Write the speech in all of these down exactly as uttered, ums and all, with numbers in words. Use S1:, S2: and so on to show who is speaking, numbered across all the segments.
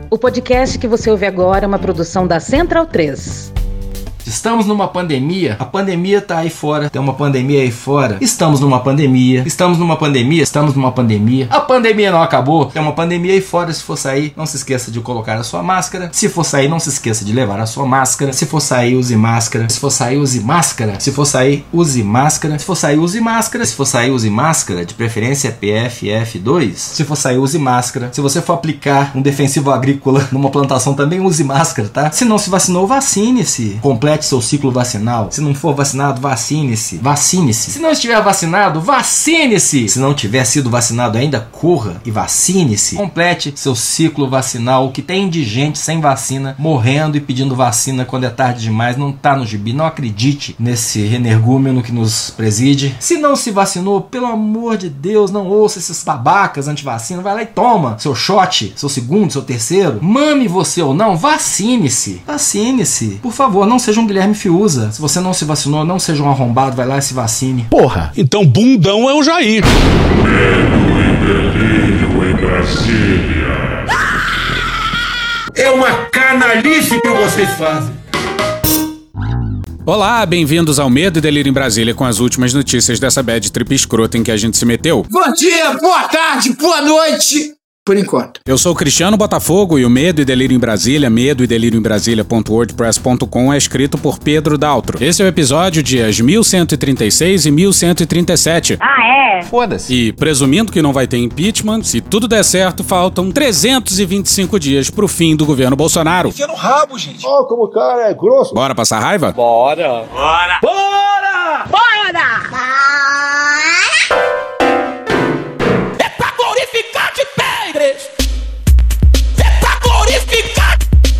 S1: O podcast que você ouve agora é uma produção da Central três.
S2: Estamos numa pandemia, a pandemia tá aí fora, tem uma pandemia aí fora, estamos numa pandemia, estamos numa pandemia, estamos numa pandemia, a pandemia não acabou, tem uma pandemia aí fora, se for sair, não se esqueça de colocar a sua máscara, se for sair, não se esqueça de levar a sua máscara, se for sair, use máscara, se for sair, use máscara, se for sair, use máscara, se for sair, use máscara, se for sair, use máscara, de preferência P F F dois, se for sair, use máscara, se você for aplicar um defensivo agrícola numa plantação também use máscara, tá? Se não se vacinou, vacine-se, complete seu ciclo vacinal. Se não for vacinado, vacine-se. Vacine-se. Se não estiver vacinado, vacine-se. Se não tiver sido vacinado ainda, corra e vacine-se. Complete seu ciclo vacinal. O que tem de gente sem vacina, morrendo e pedindo vacina quando é tarde demais, não tá no gibi. Não acredite nesse energúmeno que nos preside. Se não se vacinou, pelo amor de Deus, não ouça esses babacas anti-vacina. Vai lá e toma seu shot, seu segundo, seu terceiro. Mame você ou não, vacine-se. Vacine-se. Por favor, não seja um Guilherme Fiuza. Se você não se vacinou, não seja um arrombado, vai lá e se vacine.
S3: Porra, então bundão é o Jair.
S4: Medo e delírio em Brasília.
S5: É uma canalice que vocês fazem.
S3: Olá, bem-vindos ao Medo e Delírio em Brasília com as últimas notícias dessa bad trip escrota em que a gente se meteu.
S5: Bom dia, boa tarde, boa noite. Por enquanto.
S3: Eu sou o Cristiano Botafogo e o Medo e Delírio em Brasília, medo e delírio em Brasília ponto wordpress ponto com é escrito por Pedro Daltro. Esse é o episódio dias mil cento e trinta e seis e mil cento e trinta e sete.
S6: Ah, é?
S3: Foda-se. E, presumindo que não vai ter impeachment, se tudo der certo, faltam trezentos e vinte e cinco dias pro fim do governo Bolsonaro.
S7: Enfia no rabo, gente.
S8: Ó, oh, como o cara é grosso.
S3: Bora passar raiva?
S7: Bora.
S6: Bora!
S7: Bora!
S6: Bora!
S7: Bora!
S6: É pra glorificar de pé, igreja! É pra glorificar!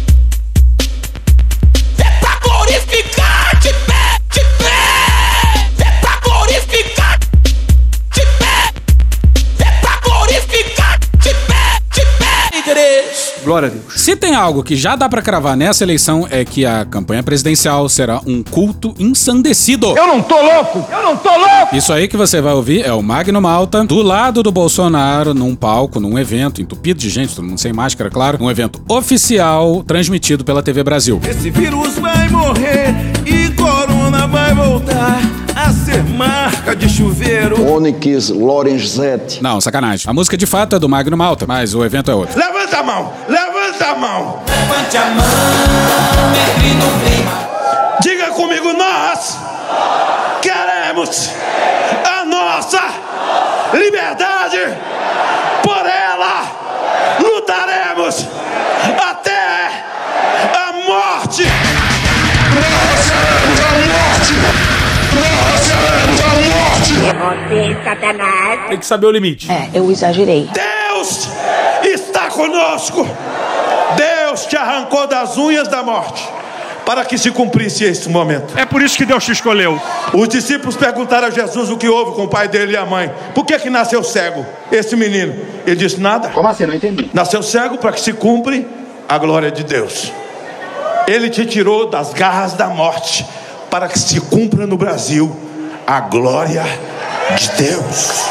S6: É pra glorificar de pé, de pé! É pra glorificar de pé! É pra glorificar de pé, de pé, igreja!
S3: Glória a Deus. Se tem algo que já dá pra cravar nessa eleição é que a campanha presidencial será um culto ensandecido.
S5: Eu não tô louco! Eu não tô louco!
S3: Isso aí que você vai ouvir é o Magno Malta do lado do Bolsonaro num palco, num evento entupido de gente, todo mundo sem máscara, claro, um evento oficial transmitido pela T V Brasil.
S9: Esse vírus vai morrer e corona vai voltar a ser marca de chuveiro.
S8: Onyx Lorenzetti.
S3: Não, sacanagem. A música de fato é do Magno Malta, mas o evento é outro.
S5: Levanta a mão! Levanta a mão!
S6: Levante a mão, entre no clima.
S5: Diga comigo, nós queremos a nossa liberdade. Por ela lutaremos até a morte. Nós queremos a morte. Nós queremos a morte.
S6: Você, Satanás.
S3: Tem que saber o limite.
S10: É, eu exagerei.
S5: Deus está conosco. Deus te arrancou das unhas da morte para que se cumprisse esse momento.
S11: É por isso que Deus te escolheu.
S5: Os discípulos perguntaram a Jesus o que houve com o pai dele e a mãe. Por que que nasceu cego esse menino? Ele disse nada.
S8: Como assim? Não entendi.
S5: Nasceu cego para que se cumpre a glória de Deus. Ele te tirou das garras da morte para que se cumpra no Brasil a glória de Deus.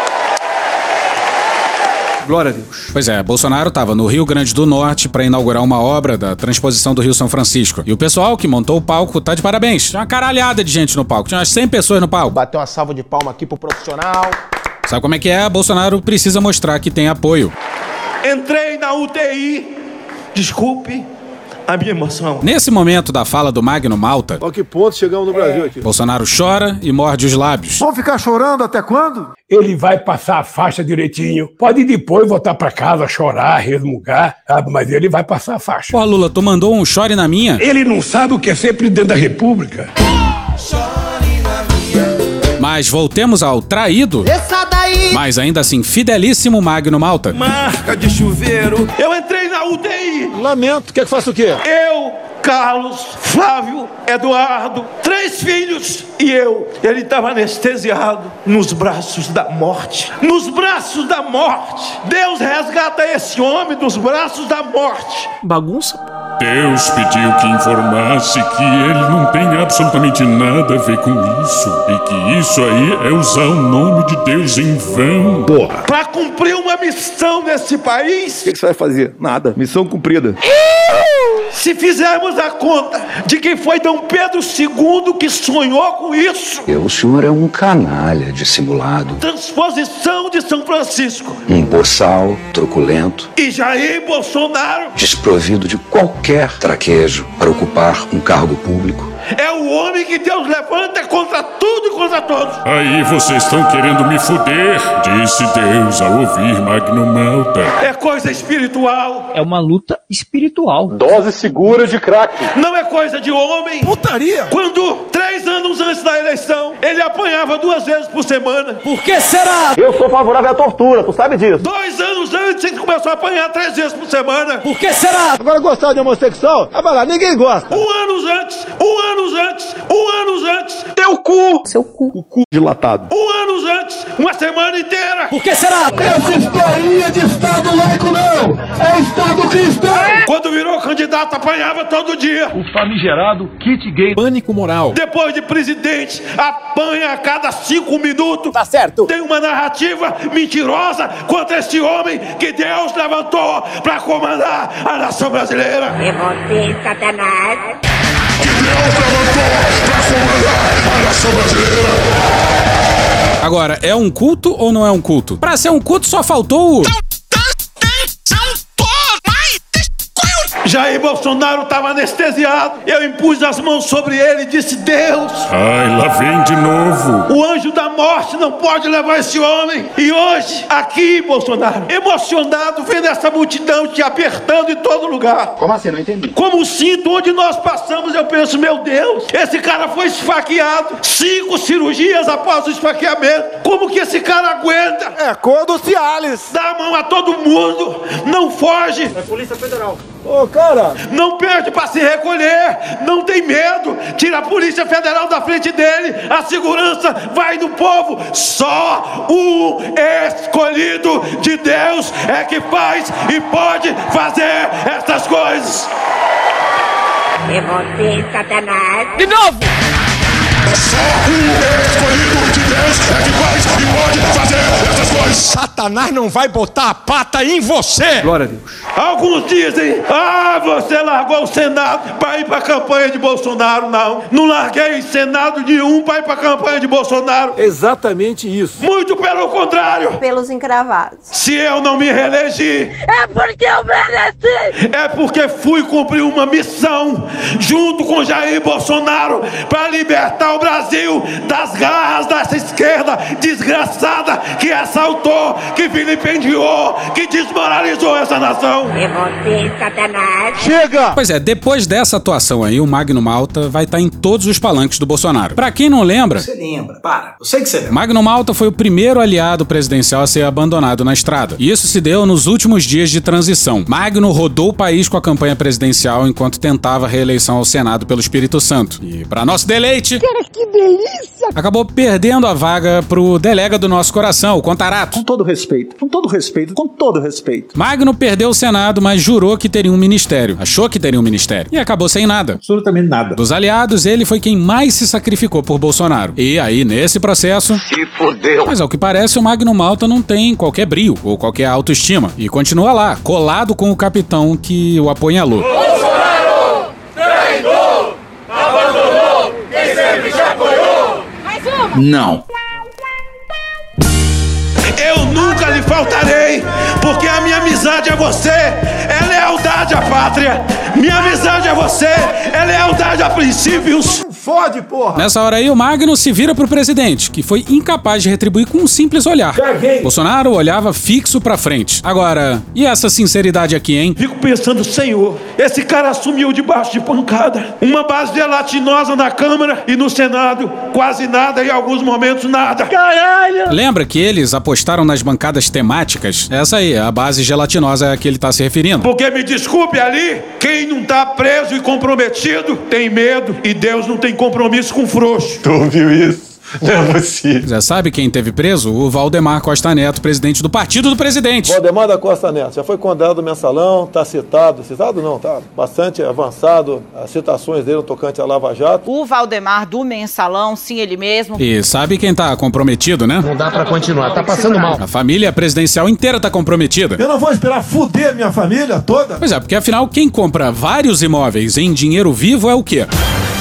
S3: Glória a Deus. Pois é, Bolsonaro estava no Rio Grande do Norte para inaugurar uma obra da transposição do Rio São Francisco. E o pessoal que montou o palco tá de parabéns. Tinha uma caralhada de gente no palco. Tinha umas cem pessoas no palco.
S7: Bateu uma salva de palma aqui pro profissional.
S3: Sabe como é que é? Bolsonaro precisa mostrar que tem apoio.
S5: Entrei na U T I. Desculpe a minha emoção.
S3: Nesse momento da fala do Magno Malta,
S8: Olha que ponto chegamos no Brasil aqui.
S3: Bolsonaro chora e morde os lábios.
S8: Vamos ficar chorando até quando?
S11: Ele vai passar a faixa direitinho. Pode depois voltar pra casa, chorar, resmungar, sabe? Mas ele vai passar a faixa.
S3: Pô, Lula, tu mandou um chore na minha?
S11: Ele não sabe o que é ser presidente da República.
S3: Mas voltemos ao traído, mas ainda assim fidelíssimo Magno Malta.
S9: Marca de chuveiro.
S5: Eu entrei na U T I.
S8: Lamento. Quer que faça o quê?
S5: Eu, Carlos, Flávio, Eduardo, três filhos e eu. Ele estava anestesiado nos braços da morte. Nos braços da morte. Deus resgata esse homem dos braços da morte.
S3: Bagunça?
S4: Deus pediu que informasse que ele não tem absolutamente nada a ver com isso. E que isso aí é usar o nome de Deus em vão.
S8: Porra.
S5: Para cumprir uma missão nesse país.
S8: O que, que você vai fazer? Nada. Missão cumprida.
S5: Se fizermos a conta de que foi Dom Pedro segundo que sonhou com isso.
S10: O senhor é um canalha dissimulado.
S5: Transposição de São Francisco.
S10: Um boçal truculento.
S5: E Jair Bolsonaro.
S10: Desprovido de qualquer traquejo para ocupar um cargo público.
S5: É o homem que Deus levanta contra tudo e contra todos.
S4: Aí vocês estão querendo me fuder, disse Deus ao ouvir Magno Malta.
S5: É coisa espiritual.
S12: É uma luta espiritual.
S8: Dose segura de crack.
S5: Não é coisa de homem.
S8: Putaria.
S5: Quando, três anos antes da eleição, ele apanhava duas vezes por semana.
S12: Por que será?
S8: Eu sou favorável à tortura, tu sabe disso.
S5: Dois anos antes, ele começou a apanhar três vezes por semana.
S12: Por que será?
S8: Agora gostar de homossexual? Ah, vai lá, ninguém gosta.
S5: Um ano antes, um ano antes, um ano antes, teu cu.
S1: Seu cu.
S8: O cu dilatado.
S5: Um ano antes, uma semana inteira.
S12: Por que será?
S8: Essa historinha de Estado laico não, é Estado cristão.
S5: Quando virou candidato, apanhava todo dia.
S8: O famigerado kit gay.
S3: Pânico moral.
S5: Depois de presidente, apanha a cada cinco minutos.
S12: Tá certo.
S5: Tem uma narrativa mentirosa contra este homem que Deus levantou para comandar a nação brasileira.
S13: É você, Satanás.
S4: Que Deus levantou pra comandar a nação brasileira.
S3: Agora, é um culto ou não é um culto? Pra ser um culto só faltou o...
S5: Jair Bolsonaro estava anestesiado. Eu impus as mãos sobre ele e disse: Deus,
S4: ai, lá vem de novo.
S5: O anjo da morte não pode levar esse homem. E hoje, aqui, Bolsonaro, emocionado, vendo essa multidão te apertando em todo lugar.
S8: Como assim? Não entendi.
S5: Como sinto onde nós passamos, eu penso: meu Deus, esse cara foi esfaqueado. Cinco cirurgias após o esfaqueamento. Como que esse cara aguenta?
S8: É cor do Cialis.
S5: Dá a mão a todo mundo. Não foge.
S8: É Polícia Federal. Ô, cara!
S5: Não perde para se recolher, não tem medo, tira a Polícia Federal da frente dele, a segurança vai do povo. Só o escolhido de Deus é que faz e pode fazer essas coisas.
S13: É você, Satanás.
S12: De novo!
S4: Só o escolhido de Deus é que faz e pode fazer essas coisas.
S9: Satanás não vai botar a pata em você.
S8: Glória a Deus.
S5: Alguns dizem: ah, você largou o Senado para ir para a campanha de Bolsonaro. Não, não larguei Senado nenhum para ir para a campanha de Bolsonaro.
S8: Exatamente isso.
S5: Muito pelo contrário.
S14: Pelos encravados.
S5: Se eu não me reelegi,
S14: é porque eu mereci.
S5: É porque fui cumprir uma missão junto com Jair Bolsonaro para libertar o Brasil das garras dessa esquerda desgraçada que assaltou, que vilipendiou, que desmoralizou essa nação.
S13: É você, Satanás.
S8: Chega!
S3: Pois é, depois dessa atuação aí, o Magno Malta vai estar em todos os palanques do Bolsonaro. Pra quem não lembra...
S15: Você lembra, para. Eu sei que você lembra.
S3: Magno Malta foi o primeiro aliado presidencial a ser abandonado na estrada. E isso se deu nos últimos dias de transição. Magno rodou o país com a campanha presidencial enquanto tentava a reeleição ao Senado pelo Espírito Santo. E, pra nosso deleite...
S14: Cara, que delícia!
S3: Acabou perdendo a vaga pro delega do nosso coração, o Contarato.
S15: Com todo respeito, com todo respeito, com todo respeito.
S3: Magno perdeu o Senado, mas jurou que teria um ministério. Achou que teria um ministério. E acabou sem nada.
S15: Absolutamente nada.
S3: Dos aliados, ele foi quem mais se sacrificou por Bolsonaro. E aí, nesse processo...
S10: Se fodeu.
S3: Mas ao que parece, o Magno Malta não tem qualquer brio ou qualquer autoestima. E continua lá, colado com o capitão que o apunhalou.
S6: Bolsonaro! Traidor! Abandonou quem sempre te apoiou!
S14: Mais um!
S3: Não.
S5: Eu nunca lhe faltarei, porque a minha amizade é você, é lealdade à pátria. Minha amizade é você, é lealdade a princípios.
S8: Fode, porra!
S3: Nessa hora aí, o Magno se vira pro presidente, que foi incapaz de retribuir com um simples olhar.
S8: Caguei.
S3: Bolsonaro olhava fixo pra frente. Agora, e essa sinceridade aqui, hein?
S5: Fico pensando: Senhor, esse cara assumiu debaixo de pancada. Uma base gelatinosa na Câmara e no Senado, quase nada, e em alguns momentos nada.
S14: Caralho!
S3: Lembra que eles apostaram nas bancadas temáticas? Essa aí, a base gelatinosa a que ele tá se referindo.
S5: Porque, me desculpe ali, quem não tá preso e comprometido tem medo, e Deus não tem compromisso com frouxo.
S8: Tu ouviu isso?
S15: Não é possível.
S3: Já sabe quem teve preso? O Valdemar Costa Neto, presidente do partido do presidente.
S16: Valdemar da Costa Neto já foi condenado no mensalão, está citado, citado não, tá bastante avançado as citações dele no tocante à Lava Jato.
S17: O Valdemar do mensalão, sim, ele mesmo.
S3: E sabe quem tá comprometido, né?
S8: Não dá pra continuar, tá passando mal.
S3: A família presidencial inteira tá comprometida.
S8: Eu não vou esperar fuder minha família toda.
S3: Pois é, porque afinal quem compra vários imóveis em dinheiro vivo é o quê?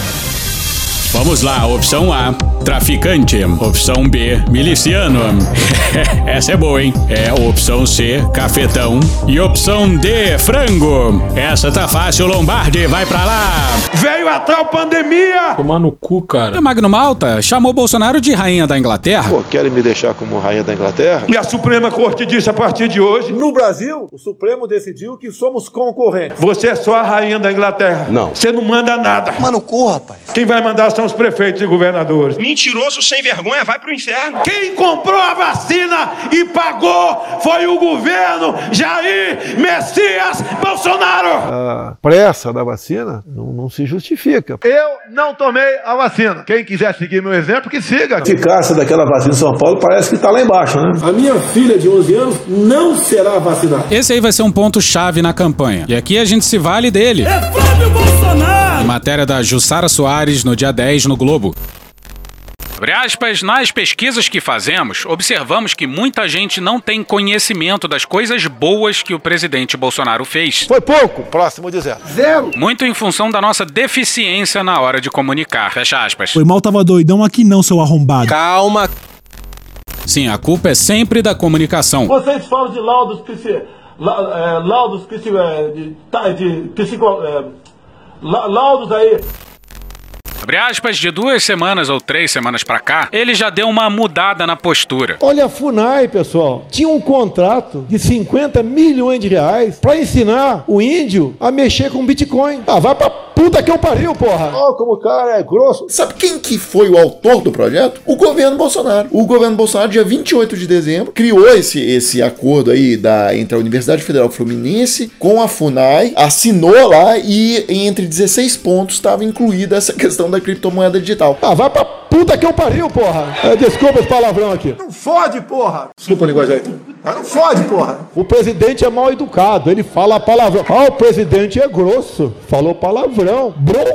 S3: Vamos lá, opção A, traficante. Opção B, miliciano. Essa é boa, hein? É opção C, cafetão. E opção D, frango. Essa tá fácil, Lombardi, vai pra lá.
S5: Veio a tal pandemia.
S3: Tomar no cu, cara. A Magno Malta chamou Bolsonaro de rainha da Inglaterra.
S16: Pô, querem me deixar como rainha da Inglaterra?
S5: E a Suprema Corte disse a partir de hoje...
S16: No Brasil, o Supremo decidiu que somos concorrentes.
S5: Você é só a rainha da Inglaterra.
S16: Não.
S5: Você não manda nada.
S8: Mano, cu, rapaz.
S5: Quem vai mandar são os prefeitos e governadores.
S9: Mentiroso sem vergonha, vai pro inferno.
S5: Quem comprou a vacina e pagou foi o governo Jair Messias Bolsonaro.
S16: A pressa da vacina não, não se justifica.
S8: Eu não tomei a vacina. Quem quiser seguir meu exemplo, que siga.
S15: A eficácia daquela vacina em São Paulo parece que está lá embaixo, né?
S8: A minha filha de onze anos não será vacinada.
S3: Esse aí vai ser um ponto-chave na campanha. E aqui a gente se vale dele.
S6: É Flávio Bolsonaro!
S3: Matéria da Jussara Soares no dia dez no Globo. Abre aspas, nas pesquisas que fazemos, observamos que muita gente não tem conhecimento das coisas boas que o presidente Bolsonaro fez.
S16: Foi pouco, próximo de zero.
S8: Zero.
S3: Muito em função da nossa deficiência na hora de comunicar. Fecha aspas.
S18: Foi mal, tava doidão aqui não, seu arrombado.
S3: Calma. Sim, a culpa é sempre da comunicação.
S8: Vocês falam de laudos psi... La, é, laudos psi... É, de, tá, de psico... É, la, laudos aí...
S3: Abre aspas, de duas semanas ou três semanas pra cá, ele já deu uma mudada na postura.
S16: Olha a FUNAI, pessoal, tinha um contrato de cinquenta milhões de reais pra ensinar o índio a mexer com Bitcoin. Ah, vai pra puta que eu pariu, porra. Ó, oh, como o cara é grosso.
S19: Sabe quem que foi o autor do projeto? O governo Bolsonaro. O governo Bolsonaro, dia vinte e oito de dezembro, criou esse, esse acordo aí da, entre a Universidade Federal Fluminense com a FUNAI, assinou lá e entre dezesseis pontos estava incluída essa questão da criptomoeda digital.
S16: Ah, vai pra puta que eu pariu, porra. É, desculpa esse palavrão aqui.
S8: Não fode, porra.
S16: Desculpa a linguagem aí.
S8: Não fode, porra.
S16: O presidente é mal educado, ele fala palavrão. Ah, o presidente é grosso, falou palavrão.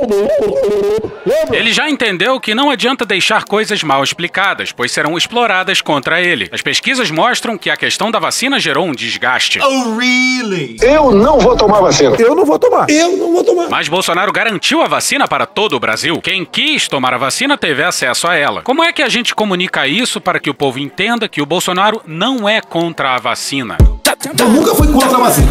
S3: Lembra? Ele já entendeu que não adianta deixar coisas mal explicadas, pois serão exploradas contra ele. As pesquisas mostram que a questão da vacina gerou um desgaste.
S8: Oh, really?
S16: Eu não vou tomar vacina. Eu não vou tomar.
S19: Eu não vou tomar.
S3: Mas Bolsonaro garantiu a vacina para todo o Brasil. Quem quis tomar a vacina teve acesso a ela. Como é que a gente comunica isso para que o povo entenda que o Bolsonaro não é contra a vacina?
S5: Eu nunca fui contra a vacina.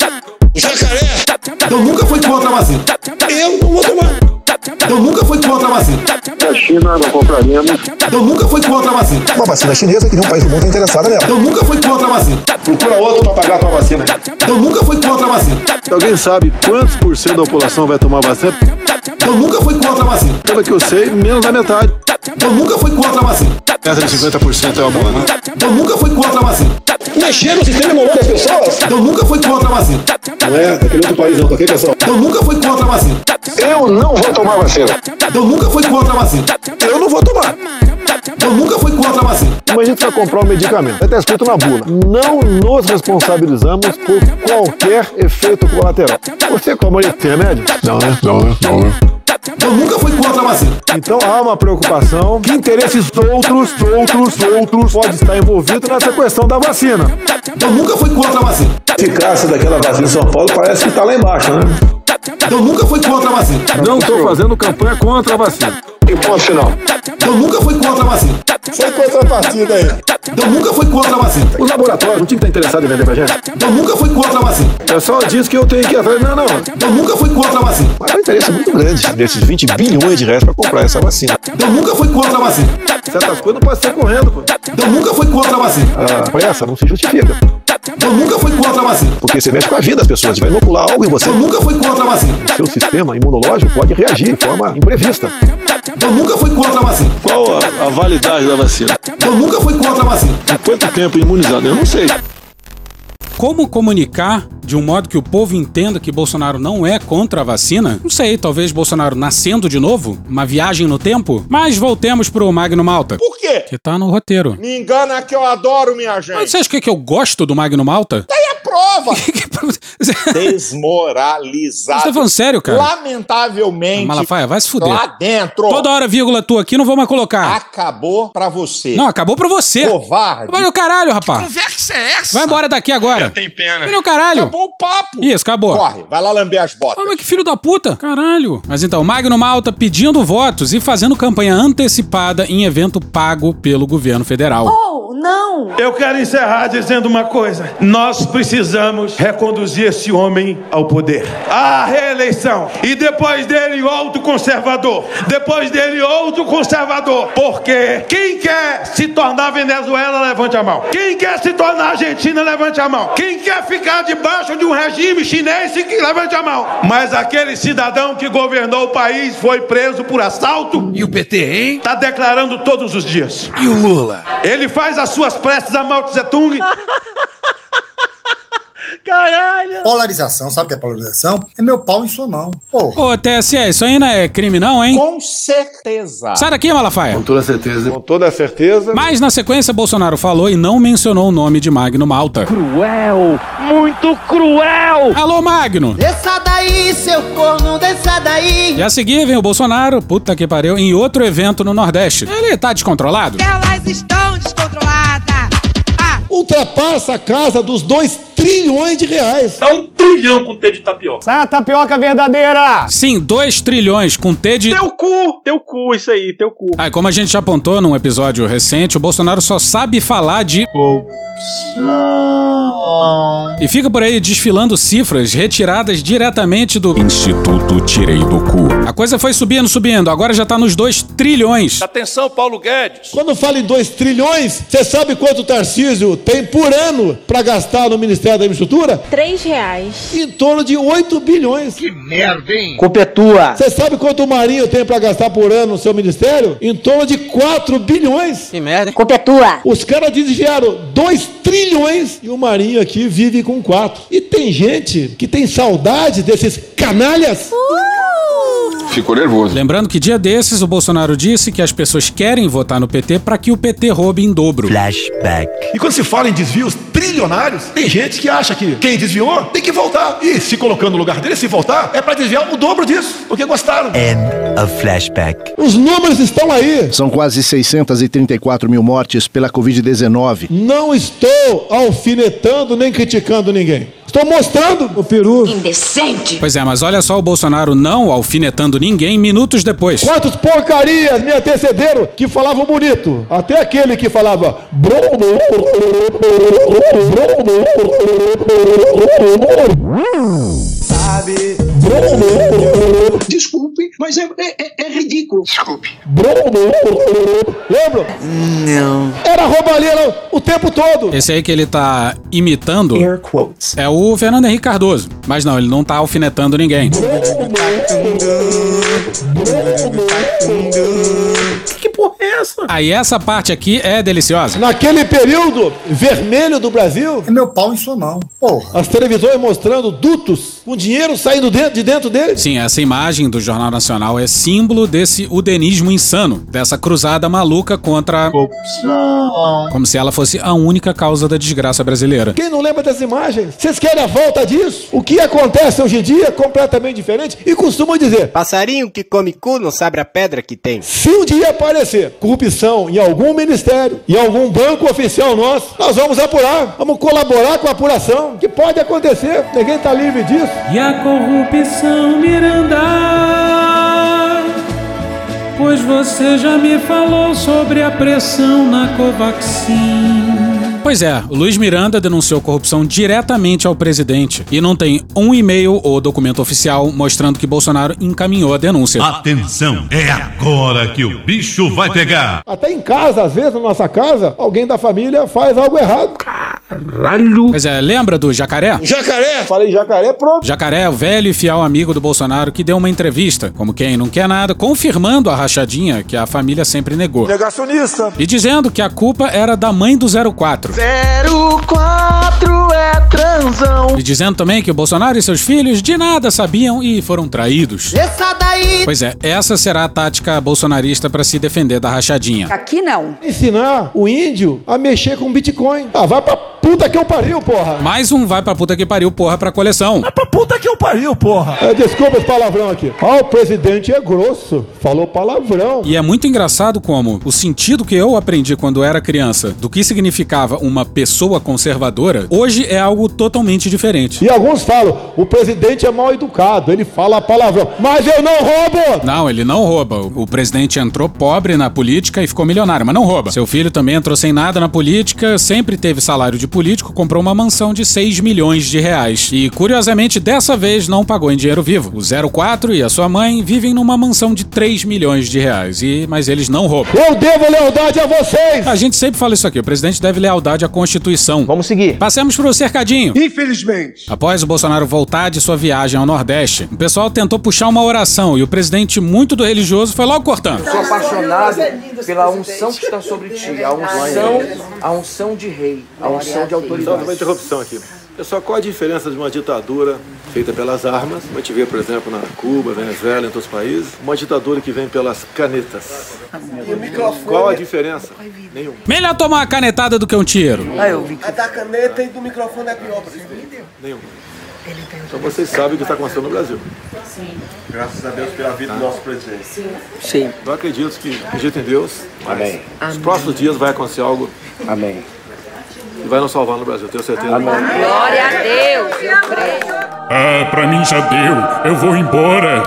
S19: Jacaré!
S5: Eu nunca fui contra a vacina.
S19: Eu não vou tomar.
S5: Eu nunca fui contra a vacina.
S16: A China não compraria.
S5: Eu nunca fui contra a vacina.
S15: Uma vacina chinesa que nenhum país do mundo é interessado nela.
S5: Eu nunca fui contra a vacina.
S16: Procura outro pra pagar a tua vacina.
S5: Eu nunca fui contra a vacina.
S16: Alguém sabe quantos por cento da população vai tomar vacina?
S5: Eu nunca fui contra a vacina.
S16: Pelo que eu sei, menos da metade.
S5: Eu nunca fui contra a vacina.
S16: Essa de cinquenta por cento é uma boa, né?
S5: Eu nunca fui contra a vacina.
S19: Mexer no sistema imunológico das pessoas?
S5: Eu nunca fui contra a vacina.
S16: Não é daquele outro país não, tá ok, pessoal?
S5: Eu nunca fui contra a vacina.
S16: Eu não vou tomar vacina.
S5: Eu nunca fui contra a vacina.
S16: Eu não vou tomar.
S5: Eu nunca fui contra a vacina.
S16: Mas a gente vai comprar um medicamento. Vai estar escrito na bula. Não nos responsabilizamos por qualquer efeito colateral. Você como ele tem remédio? Não, né? Não, né? Não, né?
S5: Eu nunca fui contra a vacina.
S16: Então há uma preocupação que interesses outros, outros, outros pode estar envolvido nessa questão da vacina.
S5: Eu nunca fui contra a vacina.
S15: A eficácia daquela vacina em São Paulo parece que está lá embaixo, né?
S5: Eu nunca fui contra a vacina.
S16: Não estou fazendo campanha contra a vacina. E ponto final.
S5: Eu nunca fui contra a vacina.
S16: Foi contra a partida aí.
S5: Eu nunca fui contra a vacina.
S16: Os laboratórios não tinham que estar interessados em vender pra gente?
S5: Eu nunca fui contra a vacina.
S16: O pessoal diz que eu tenho que ir atrás. Não, não.
S5: Eu nunca fui contra a vacina.
S15: Mas o interesse é muito grande desses vinte bilhões de reais pra comprar essa vacina.
S5: Eu nunca fui contra a vacina.
S16: Certas coisas não podem ser correndo, pô.
S5: Eu nunca fui contra a vacina.
S15: A pressa não se justifica.
S5: Eu nunca fui contra a vacina.
S15: Porque você mexe com a vida das pessoas, vai inocular algo em você.
S5: Eu nunca fui contra a vacina.
S15: Seu sistema imunológico pode reagir de forma imprevista.
S5: Eu nunca fui contra a vacina.
S16: Qual a, a validade da vacina?
S5: Eu nunca fui contra a vacina.
S16: Há quanto tempo imunizado? Eu não sei.
S3: como comunicar de um modo que o povo entenda que Bolsonaro não é contra a vacina? Não sei, talvez Bolsonaro nascendo de novo? Uma viagem no tempo? Mas voltemos pro Magno Malta.
S9: Por quê?
S3: Que tá no roteiro.
S9: Me engana que eu adoro, minha gente.
S3: Mas você acha que, que eu gosto do Magno Malta?
S9: Tá aí a prova.
S3: Você
S9: Desmoralizado.
S3: tá falando sério, cara?
S9: Lamentavelmente.
S3: Malafaia, vai se fuder.
S9: Lá dentro.
S3: Toda hora vírgula tu aqui, não vou mais colocar.
S9: Acabou pra você.
S3: Não, acabou pra você.
S9: Covarde.
S3: Vai no caralho, rapaz.
S9: Que conversa é essa?
S3: Vai embora daqui agora.
S9: Tem pena.
S3: Vai no caralho.
S9: Acabou o papo.
S3: Isso, acabou.
S9: Corre, vai lá lamber as botas.
S3: Ah, mas que filho da puta. Caralho. Mas então, Magno Malta pedindo votos e fazendo campanha antecipada em evento pago pelo governo federal.
S14: Oh, não!
S5: Eu quero encerrar dizendo uma coisa. Nós precisamos reconduzir esse homem ao poder. A reeleição. E depois dele, outro conservador. Depois dele, outro conservador. Porque quem quer se tornar Venezuela, levante a mão. Quem quer se tornar Argentina, levante a mão. Quem quer ficar debaixo de um regime chinês, que levante a mão. Mas aquele cidadão que governou o país foi preso por assalto.
S9: E o P T, hein?
S5: Tá declarando todos os dias.
S9: E o Lula?
S5: Ele faz as suas preces a Mao Tse Tung.
S14: Caralho!
S20: Polarização, sabe o que é polarização? É meu pau em sua mão. Porra.
S3: Ô, T S E, isso aí não é crime não, hein?
S9: Com certeza.
S3: Sai daqui, Malafaia.
S16: Com toda certeza. Com toda certeza.
S3: Mas na sequência, Bolsonaro falou e não mencionou o nome de Magno Malta.
S12: Cruel! Muito cruel!
S3: Alô, Magno!
S14: Desça daí, seu corno, desça daí!
S3: E a seguir vem o Bolsonaro, puta que pariu, em outro evento no Nordeste. Ele tá descontrolado?
S14: Elas estão descontroladas!
S16: Ultrapassa a casa dos dois trilhões de reais.
S8: Dá um trilhão com T de tapioca.
S12: Sai a tapioca verdadeira!
S3: Sim, dois trilhões com T de...
S8: Teu cu! Teu cu, isso aí, teu cu.
S3: Ah, como a gente já apontou num episódio recente, o Bolsonaro só sabe falar de... E fica por aí desfilando cifras retiradas diretamente do Instituto Tirei do Cu. A coisa foi subindo, subindo, agora já tá nos dois trilhões.
S8: Atenção, Paulo Guedes.
S16: Quando fala em dois trilhões, você sabe quanto o Tarcísio tem por ano pra gastar no Ministério da Infraestrutura?
S14: Três reais.
S16: Em torno de oito bilhões.
S9: Que merda, hein?
S12: Culpa é tua!
S16: Você sabe quanto o Marinho tem pra gastar por ano no seu ministério? Em torno de quatro bilhões.
S12: Que merda!
S14: Culpa é tua!
S16: Os caras desviaram dois trilhões e o Marinho aqui vive com quatro. E tem gente que tem saudade desses canalhas.
S14: Uh!
S15: Ficou nervoso.
S3: Lembrando que dia desses o Bolsonaro disse que as pessoas querem votar no P T pra que o P T roube em dobro.
S12: Flashback.
S16: E quando se fala em desvios trilionários, tem gente que acha que quem desviou tem que voltar. E se colocando no lugar dele, se voltar, é pra desviar o dobro disso, porque gostaram.
S12: End of flashback.
S16: Os números estão aí.
S15: São quase seiscentos e trinta e quatro mil mortes pela covid dezenove.
S16: Não estou alfinetando nem criticando ninguém. Estou mostrando o peru.
S14: Indecente!
S3: Pois é, mas olha só o Bolsonaro não alfinetando ninguém minutos depois.
S16: Quantos porcarias me antecederam que falavam bonito? Até aquele que falava...
S20: Sabe?
S9: Desculpe, mas é, é, é ridículo.
S20: Desculpe.
S16: Lembra?
S12: Não.
S16: Era roubalheira o tempo todo.
S3: Esse aí que ele tá imitando
S12: Air quotes.
S3: é o Fernando Henrique Cardoso. Mas não, ele não tá alfinetando ninguém.
S12: Que porra é essa?
S3: Aí essa parte aqui é deliciosa.
S16: Naquele período vermelho do Brasil,
S20: É meu pau em sua mão. Porra.
S16: as televisões mostrando dutos com dinheiro saindo dentro, de dentro deles.
S3: Sim, essa imagem do Jornal Nacional é símbolo desse udenismo insano, dessa cruzada maluca contra... Como se ela fosse a única causa da desgraça brasileira.
S16: Quem não lembra das imagens? Vocês querem a volta disso? O que acontece hoje em dia é completamente diferente e costumam dizer...
S12: Passarinho que come cu não sabe a pedra que tem.
S16: Se um dia aparecer corrupção em algum ministério, em algum banco oficial nosso, nós vamos apurar, vamos colaborar com a apuração, que pode acontecer, ninguém está livre disso.
S3: E a corrupção, Miranda, pois você já me falou sobre a pressão na Covaxin. Pois é, o Luiz Miranda denunciou corrupção diretamente ao presidente e não tem um e-mail ou documento oficial mostrando que Bolsonaro encaminhou a denúncia.
S21: Atenção, é agora que o bicho vai pegar.
S16: Até em casa, às vezes, na nossa casa, alguém da família faz algo errado.
S11: Caralho.
S3: Pois é, lembra do Jacaré?
S16: Jacaré! Falei jacaré, pronto.
S3: Jacaré é o velho e fiel amigo do Bolsonaro que deu uma entrevista, como quem não quer nada, confirmando a rachadinha que a família sempre negou.
S16: Negacionista.
S3: E dizendo que a culpa era da mãe do zero quatro.
S7: zero quatro é transão.
S3: E dizendo também que o Bolsonaro e seus filhos de nada sabiam e foram traídos.
S7: Essa daí.
S3: Pois é, essa será a tática bolsonarista para se defender da rachadinha.
S1: Aqui não.
S16: Ensinar o índio a mexer com Bitcoin. Ah, vai pra puta que eu pariu, porra.
S3: Mais um vai pra puta que pariu, porra, pra coleção.
S11: Vai pra puta que eu pariu, porra.
S16: É, desculpa esse palavrão aqui. Ah, o presidente é grosso. Falou palavrão.
S3: E é muito engraçado como o sentido que eu aprendi quando era criança do que significava uma pessoa conservadora, hoje é algo totalmente diferente.
S16: E alguns falam, o presidente é mal educado, ele fala palavrão. Mas eu não roubo!
S3: Não, ele não rouba. O presidente entrou pobre na política e ficou milionário, mas não rouba. Seu filho também entrou sem nada na política, sempre teve salário de político, comprou uma mansão de seis milhões de reais. E, curiosamente, dessa vez não pagou em dinheiro vivo. O zero quatro e a sua mãe vivem numa mansão de três milhões de reais. E, mas eles não roubam.
S16: Eu devo lealdade a vocês!
S3: A gente sempre fala isso aqui, o presidente deve lealdade à Constituição.
S7: Vamos seguir.
S3: Passemos pro cercadinho.
S11: Infelizmente.
S3: Após o Bolsonaro voltar de sua viagem ao Nordeste, o pessoal tentou puxar uma oração e o presidente, muito do religioso, foi logo cortando.
S2: Sou apaixonado pela unção que está sobre ti, a unção, a unção de rei, a unção de autoridade.
S22: Só uma interrupção aqui. Pessoal, qual a diferença de uma ditadura feita pelas armas, como a gente vê, por exemplo, na Cuba, Venezuela, em outros países, uma ditadura que vem pelas canetas? Qual a diferença? Nenhuma.
S3: Melhor tomar uma canetada do que um tiro.
S2: Ah, eu vi.
S7: A da caneta e do microfone é pior, presidente.
S22: Nenhuma. Então vocês sabem o que está acontecendo no Brasil.
S23: Sim. Graças a Deus pela vida do nosso presidente. Sim.
S2: Sim.
S22: Eu acredito que, acredito em Deus.
S23: Amém.
S22: Nos próximos dias vai acontecer algo.
S23: Amém.
S22: E vai nos salvar no Brasil, tenho certeza.
S23: Amém.
S17: Glória a Deus, eu creio.
S4: Ah, pra mim já deu. Eu vou embora.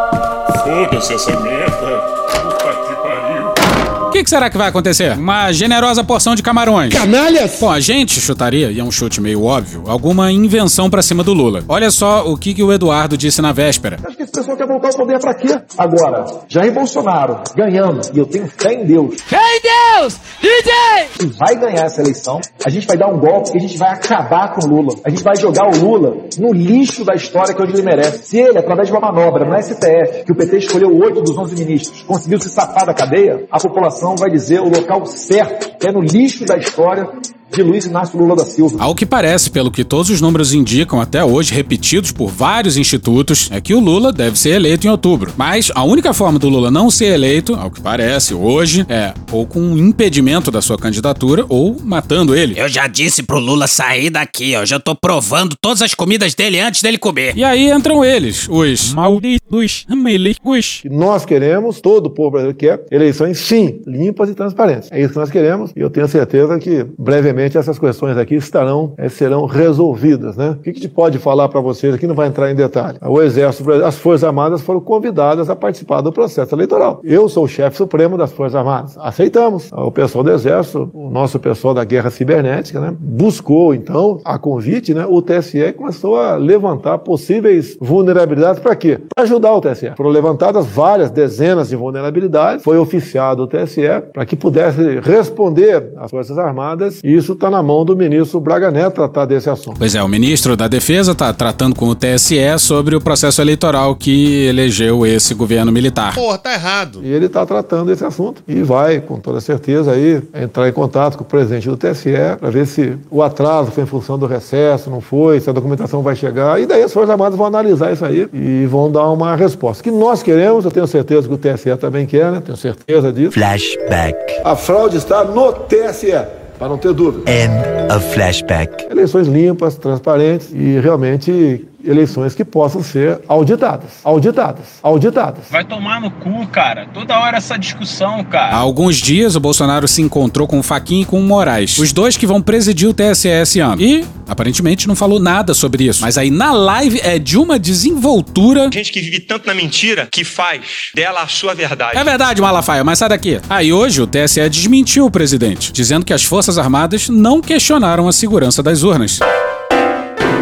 S4: Foda-se essa merda. Puta que pariu.
S3: O que, que será que vai acontecer? Uma generosa porção de camarões.
S16: Canalhas!
S3: Bom, a gente chutaria, e é um chute meio óbvio, alguma invenção pra cima do Lula. Olha só o que, que o Eduardo disse na véspera.
S24: Acho que esse pessoal quer voltar ao poder pra quê? Agora, Jair Bolsonaro ganhando, e eu tenho fé em Deus.
S6: Fé em Deus! D J!
S24: Vai ganhar essa eleição, a gente vai dar um golpe e a gente vai acabar com o Lula. A gente vai jogar o Lula no lixo da história que é onde ele merece. Se ele, através de uma manobra no S T F, que o P T escolheu oito dos onze ministros, conseguiu se safar da cadeia, a população vai dizer o local certo, que é no lixo da história de Luiz Inácio Lula da Silva.
S3: Ao que parece, pelo que todos os números indicam até hoje, repetidos por vários institutos, é que o Lula deve ser eleito em outubro. Mas a única forma do Lula não ser eleito, ao que parece, hoje, é ou com um impedimento da sua candidatura ou matando ele.
S25: Eu já disse pro Lula sair daqui, ó. Já tô provando todas as comidas dele antes dele comer.
S3: E aí entram eles, os malditos melicos.
S16: Nós queremos, todo o povo brasileiro quer, eleições, sim, limpas e transparentes. É isso que nós queremos e eu tenho certeza que, brevemente, essas questões aqui estarão, é, serão resolvidas, né? O que, que a gente pode falar para vocês aqui, não vai entrar em detalhe. O Exército, as Forças Armadas foram convidadas a participar do processo eleitoral. Eu sou o chefe supremo das Forças Armadas. Aceitamos. O pessoal do Exército, o nosso pessoal da Guerra Cibernética, né? Buscou, então, a convite, né? O T S E começou a levantar possíveis vulnerabilidades para quê? Para ajudar o T S E. Foram levantadas várias dezenas de vulnerabilidades, foi oficiado o T S E para que pudesse responder às Forças Armadas e isso está na mão do ministro Braga Neto tratar desse assunto.
S3: Pois é, o ministro da Defesa está tratando com o T S E sobre o processo eleitoral que elegeu esse governo militar.
S26: Porra, tá errado.
S16: E ele está tratando desse assunto e vai, com toda certeza, aí entrar em contato com o presidente do T S E para ver se o atraso foi em função do recesso, não foi, se a documentação vai chegar. E daí as Forças Armadas vão analisar isso aí e vão dar uma resposta. O que nós queremos, eu tenho certeza que o T S E também quer, né? Tenho certeza disso.
S27: Flashback.
S16: A fraude está no T S E. Para não ter dúvida.
S27: End of flashback.
S16: Eleições limpas, transparentes e realmente eleições que possam ser auditadas. Auditadas. Auditadas.
S28: Vai tomar no cu, cara. Toda hora essa discussão, cara.
S3: Há alguns dias o Bolsonaro se encontrou com o Fachin e com o Moraes. Os dois que vão presidir o T S E esse ano. E, aparentemente, não falou nada sobre isso. Mas aí na live é de uma desenvoltura.
S29: Gente que vive tanto na mentira que faz dela a sua verdade.
S3: É verdade, Malafaia, mas sai daqui. Aí ah, hoje o T S E desmentiu o presidente, dizendo que as Forças Armadas não questionaram a segurança das urnas.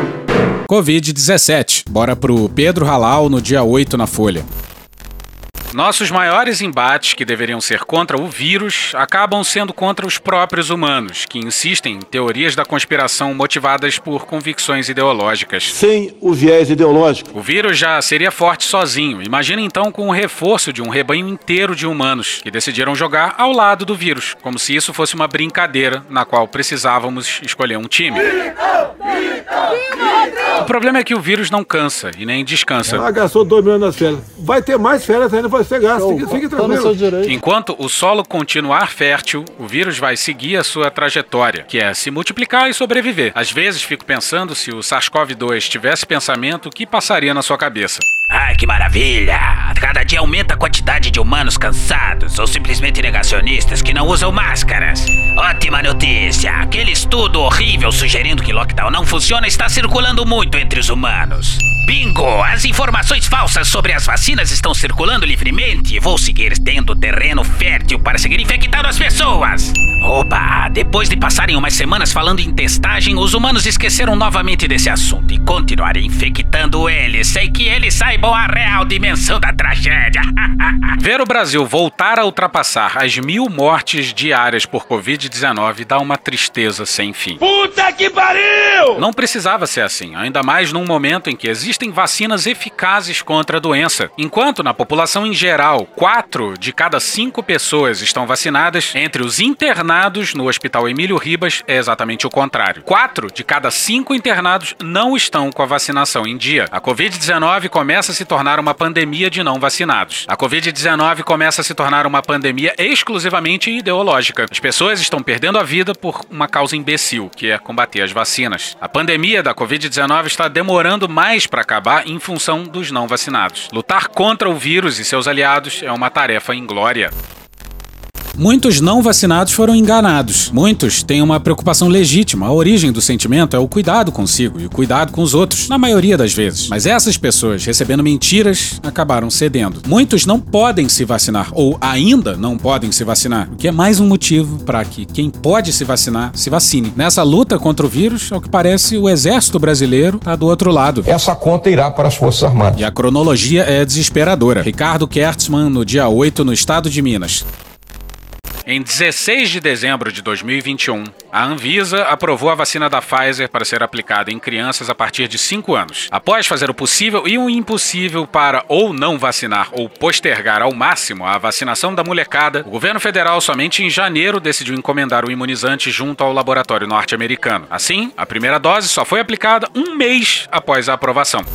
S3: covid dezessete. Bora pro Pedro Halal no dia oito na Folha. Nossos maiores embates, que deveriam ser contra o vírus, acabam sendo contra os próprios humanos, que insistem em teorias da conspiração motivadas por convicções ideológicas.
S22: Sem o viés ideológico.
S3: O vírus já seria forte sozinho. Imagina então com o reforço de um rebanho inteiro de humanos que decidiram jogar ao lado do vírus, como se isso fosse uma brincadeira na qual precisávamos escolher um time. O problema é que o vírus não cansa e nem descansa.
S22: Ah, gastou dois milhões nas férias. Vai ter mais férias ainda, vai ser gasto. Fique, fique tranquilo.
S3: Enquanto o solo continuar fértil, o vírus vai seguir a sua trajetória, que é se multiplicar e sobreviver. Às vezes fico pensando se o SARS-CoV dois tivesse pensamento, o que passaria na sua cabeça?
S25: Ai, que maravilha! Cada dia aumenta a quantidade de humanos cansados ou simplesmente negacionistas que não usam máscaras. Ótima notícia! Aquele estudo horrível sugerindo que lockdown não funciona está circulando muito entre os humanos. Bingo! As informações falsas sobre as vacinas estão circulando livremente. Vou seguir tendo terreno fértil para seguir infectando as pessoas. Opa! Depois de passarem umas semanas falando em testagem, os humanos esqueceram novamente desse assunto e continuaram infectando eles. Sei que eles saibam a real dimensão da tragédia.
S3: Ver o Brasil voltar a ultrapassar as mil mortes diárias por covid dezenove dá uma tristeza sem fim.
S28: Puta que pariu!
S3: Não precisava ser assim, ainda mais num momento em que existem vacinas eficazes contra a doença. Enquanto na população em geral, quatro de cada cinco pessoas estão vacinadas, entre os internados no Hospital Emílio Ribas é exatamente o contrário. Quatro de cada cinco internados não estão com a vacinação em dia. A covid dezenove começa a se tornar uma pandemia de não vacinados. A covid dezenove começa a se tornar uma pandemia exclusivamente ideológica. As pessoas estão perdendo a vida por uma causa imbecil, que é combater as vacinas. A pandemia da covid dezenove está demorando mais para acabar em função dos não vacinados. Lutar contra o vírus e seus aliados é uma tarefa inglória. Muitos não vacinados foram enganados. Muitos têm uma preocupação legítima. A origem do sentimento é o cuidado consigo e o cuidado com os outros, na maioria das vezes. Mas essas pessoas, recebendo mentiras, acabaram cedendo. Muitos não podem se vacinar, ou ainda não podem se vacinar, o que é mais um motivo para que quem pode se vacinar, se vacine. Nessa luta contra o vírus, ao que parece, o exército brasileiro está do outro lado.
S5: Essa conta irá para as Forças Armadas.
S3: E a cronologia é desesperadora. Ricardo Kertzmann, no dia oito, no estado de Minas. Em dezesseis de dezembro de dois mil e vinte e um, a Anvisa aprovou a vacina da Pfizer para ser aplicada em crianças a partir de cinco anos. Após fazer o possível e o impossível para ou não vacinar ou postergar ao máximo a vacinação da molecada, o governo federal somente em janeiro decidiu encomendar o imunizante junto ao laboratório norte-americano. Assim, a primeira dose só foi aplicada um mês após a aprovação.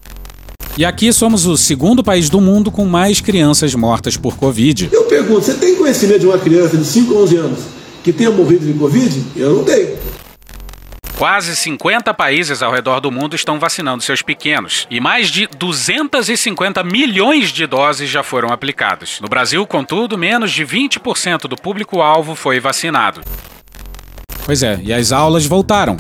S3: E aqui somos o segundo país do mundo com mais crianças mortas por Covid.
S22: Eu pergunto, você tem conhecimento de uma criança de cinco a onze anos que tenha morrido de Covid? Eu não tenho.
S3: Quase cinquenta países ao redor do mundo estão vacinando seus pequenos. E mais de duzentos e cinquenta milhões de doses já foram aplicadas. No Brasil, contudo, menos de vinte por cento do público-alvo foi vacinado. Pois é, e as aulas voltaram.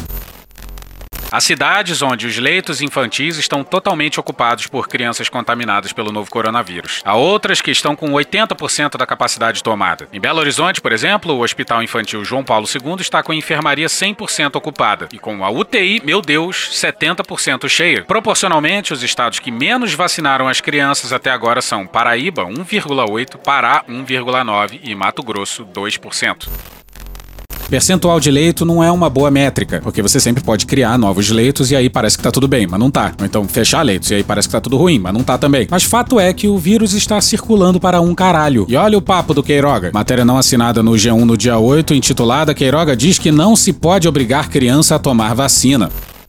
S3: Há cidades onde os leitos infantis estão totalmente ocupados por crianças contaminadas pelo novo coronavírus. Há outras que estão com oitenta por cento da capacidade tomada. Em Belo Horizonte, por exemplo, o Hospital Infantil João Paulo segundo está com a enfermaria cem por cento ocupada. E com a U T I, meu Deus, setenta por cento cheia. Proporcionalmente, os estados que menos vacinaram as crianças até agora são Paraíba, um vírgula oito por cento, Pará, um vírgula nove por cento e Mato Grosso, dois por cento. Percentual de leito não é uma boa métrica, porque você sempre pode criar novos leitos e aí parece que tá tudo bem, mas não tá. Ou então fechar leitos e aí parece que tá tudo ruim, mas não tá também. Mas fato é que o vírus está circulando para um caralho. E olha o papo do Queiroga. Matéria não assinada no G um no dia oito, intitulada Queiroga diz que não se pode obrigar criança a tomar vacina.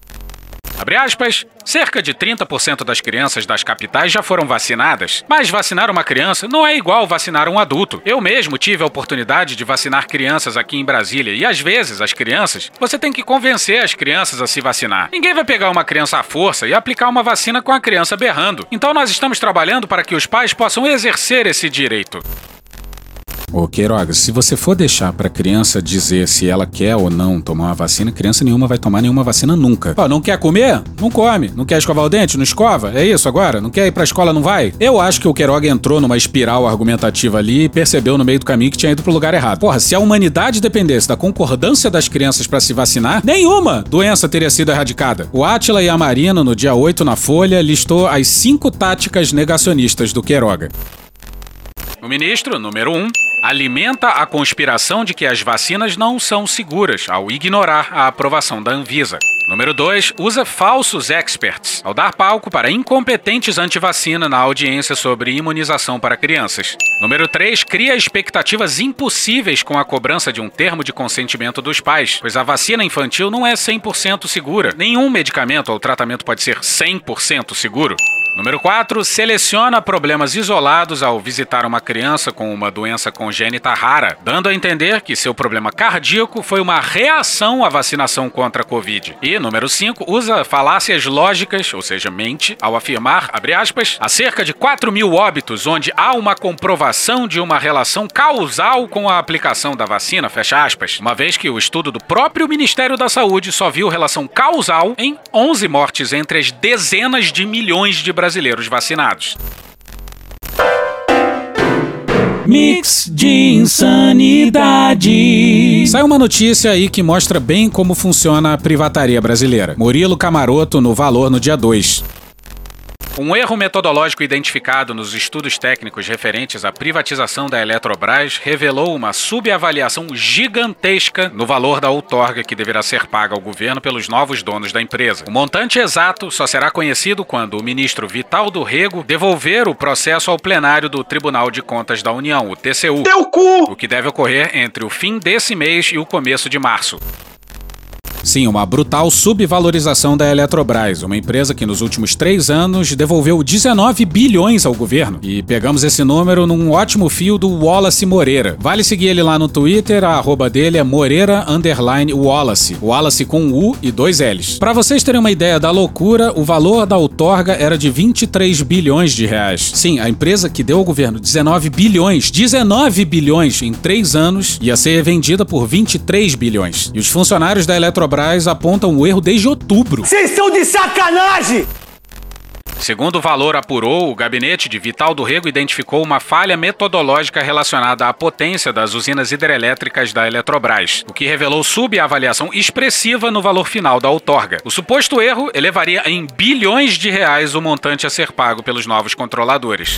S3: Abre aspas, cerca de trinta por cento das crianças das capitais já foram vacinadas, mas vacinar uma criança não é igual vacinar um adulto. Eu mesmo tive a oportunidade de vacinar crianças aqui em Brasília e às vezes as crianças, você tem que convencer as crianças a se vacinar. Ninguém vai pegar uma criança à força e aplicar uma vacina com a criança berrando. Então nós estamos trabalhando para que os pais possam exercer esse direito. Ô Queiroga, se você for deixar pra criança dizer se ela quer ou não tomar uma vacina, criança nenhuma vai tomar nenhuma vacina nunca. Ó, não quer comer? Não come. Não quer escovar o dente? Não escova? É isso agora? Não quer ir pra escola? Não vai? Eu acho que o Queiroga entrou numa espiral argumentativa ali e percebeu no meio do caminho que tinha ido pro lugar errado. Porra, se a humanidade dependesse da concordância das crianças pra se vacinar, nenhuma doença teria sido erradicada. O Átila e a Marina, no dia oito na Folha, listou as cinco táticas negacionistas do Queiroga. O ministro, número um, alimenta a conspiração de que as vacinas não são seguras ao ignorar a aprovação da Anvisa. Número dois, usa falsos experts ao dar palco para incompetentes antivacina na audiência sobre imunização para crianças. Número três, cria expectativas impossíveis com a cobrança de um termo de consentimento dos pais, pois a vacina infantil não é cem por cento segura. Nenhum medicamento ou tratamento pode ser cem por cento seguro. Número quatro, seleciona problemas isolados ao visitar uma criança com uma doença congênita rara, dando a entender que seu problema cardíaco foi uma reação à vacinação contra a Covid. E, número cinco, usa falácias lógicas, ou seja, mente, ao afirmar, abre aspas, há cerca de quatro mil óbitos onde há uma comprovação de uma relação causal com a aplicação da vacina, fecha aspas, uma vez que o estudo do próprio Ministério da Saúde só viu relação causal em onze mortes entre as dezenas de milhões de brasileiros. brasileiros vacinados.
S8: Mix de insanidade.
S3: Sai uma notícia aí que mostra bem como funciona a privataria brasileira. Murilo Camarotto no Valor no dia dois. Um erro metodológico identificado nos estudos técnicos referentes à privatização da Eletrobras revelou uma subavaliação gigantesca no valor da outorga que deverá ser paga ao governo pelos novos donos da empresa. O montante exato só será conhecido quando o ministro Vital do Rego devolver o processo ao plenário do Tribunal de Contas da União, o T C U,
S7: Teu cu!
S3: o que deve ocorrer entre o fim desse mês e o começo de março. Sim, uma brutal subvalorização da Eletrobras, uma empresa que nos últimos três anos devolveu dezenove bilhões ao governo. E pegamos esse número num ótimo fio do Wallace Moreira. Vale seguir ele lá no Twitter, a arroba dele é Moreira underline Wallace. Wallace com U e dois L's. Pra vocês terem uma ideia da loucura, o valor da outorga era de vinte e três bilhões de reais. Sim, a empresa que deu ao governo dezenove bilhões, dezenove bilhões em três anos, ia ser vendida por vinte e três bilhões. E os funcionários da Eletrobras apontam o erro desde outubro.
S7: Vocês estão de sacanagem!
S3: Segundo o Valor apurou, o gabinete de Vital do Rego identificou uma falha metodológica relacionada à potência das usinas hidrelétricas da Eletrobras, o que revelou subavaliação expressiva no valor final da outorga. O suposto erro elevaria em bilhões de reais o montante a ser pago pelos novos controladores.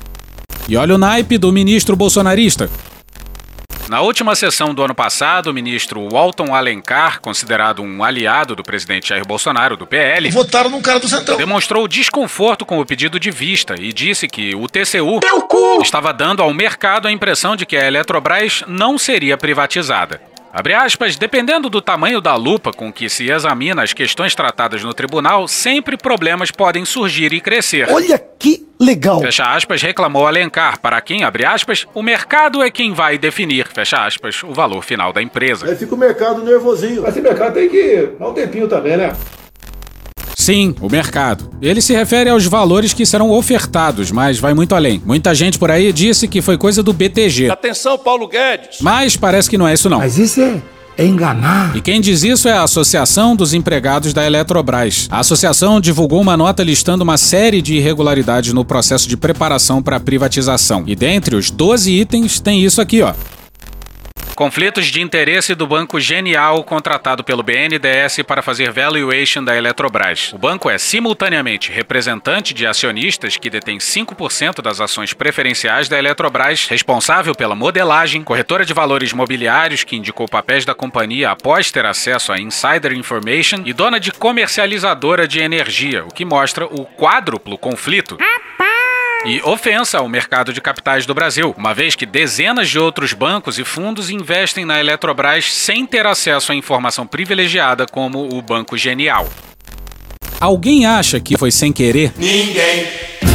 S3: E olha o naipe do ministro bolsonarista. Na última sessão do ano passado, o ministro Walton Alencar, considerado um aliado do presidente Jair Bolsonaro, do P L,
S7: votaram num cara do Centrão.
S3: Demonstrou desconforto com o pedido de vista e disse que o T C U estava dando ao mercado a impressão de que a Eletrobras não seria privatizada. Abre aspas, dependendo do tamanho da lupa com que se examina as questões tratadas no tribunal, sempre problemas podem surgir e crescer.
S7: Olha que legal!
S3: Fecha aspas, reclamou Alencar, para quem, abre aspas, o mercado é quem vai definir, fecha aspas, o valor final da empresa.
S22: Aí fica o mercado nervosinho.
S16: Mas esse mercado tem que dar um tempinho também, né?
S3: Sim, o mercado. Ele se refere aos valores que serão ofertados, mas vai muito além. Muita gente por aí disse que foi coisa do B T G.
S23: Atenção, Paulo Guedes!
S3: Mas parece que não é isso não.
S20: Mas isso é, é enganar.
S3: E quem diz isso é a Associação dos Empregados da Eletrobras. A associação divulgou uma nota listando uma série de irregularidades no processo de preparação para a privatização. E dentre os doze itens tem isso aqui, ó. Conflitos de interesse do Banco Genial, contratado pelo B N D E S para fazer valuation da Eletrobras. O banco é simultaneamente representante de acionistas que detém cinco por cento das ações preferenciais da Eletrobras, responsável pela modelagem, corretora de valores mobiliários que indicou papéis da companhia após ter acesso a insider information e dona de comercializadora de energia, o que mostra o quádruplo conflito. E ofensa ao mercado de capitais do Brasil, uma vez que dezenas de outros bancos e fundos investem na Eletrobras sem ter acesso à informação privilegiada como o Banco Genial. Alguém acha que foi sem querer?
S7: Ninguém.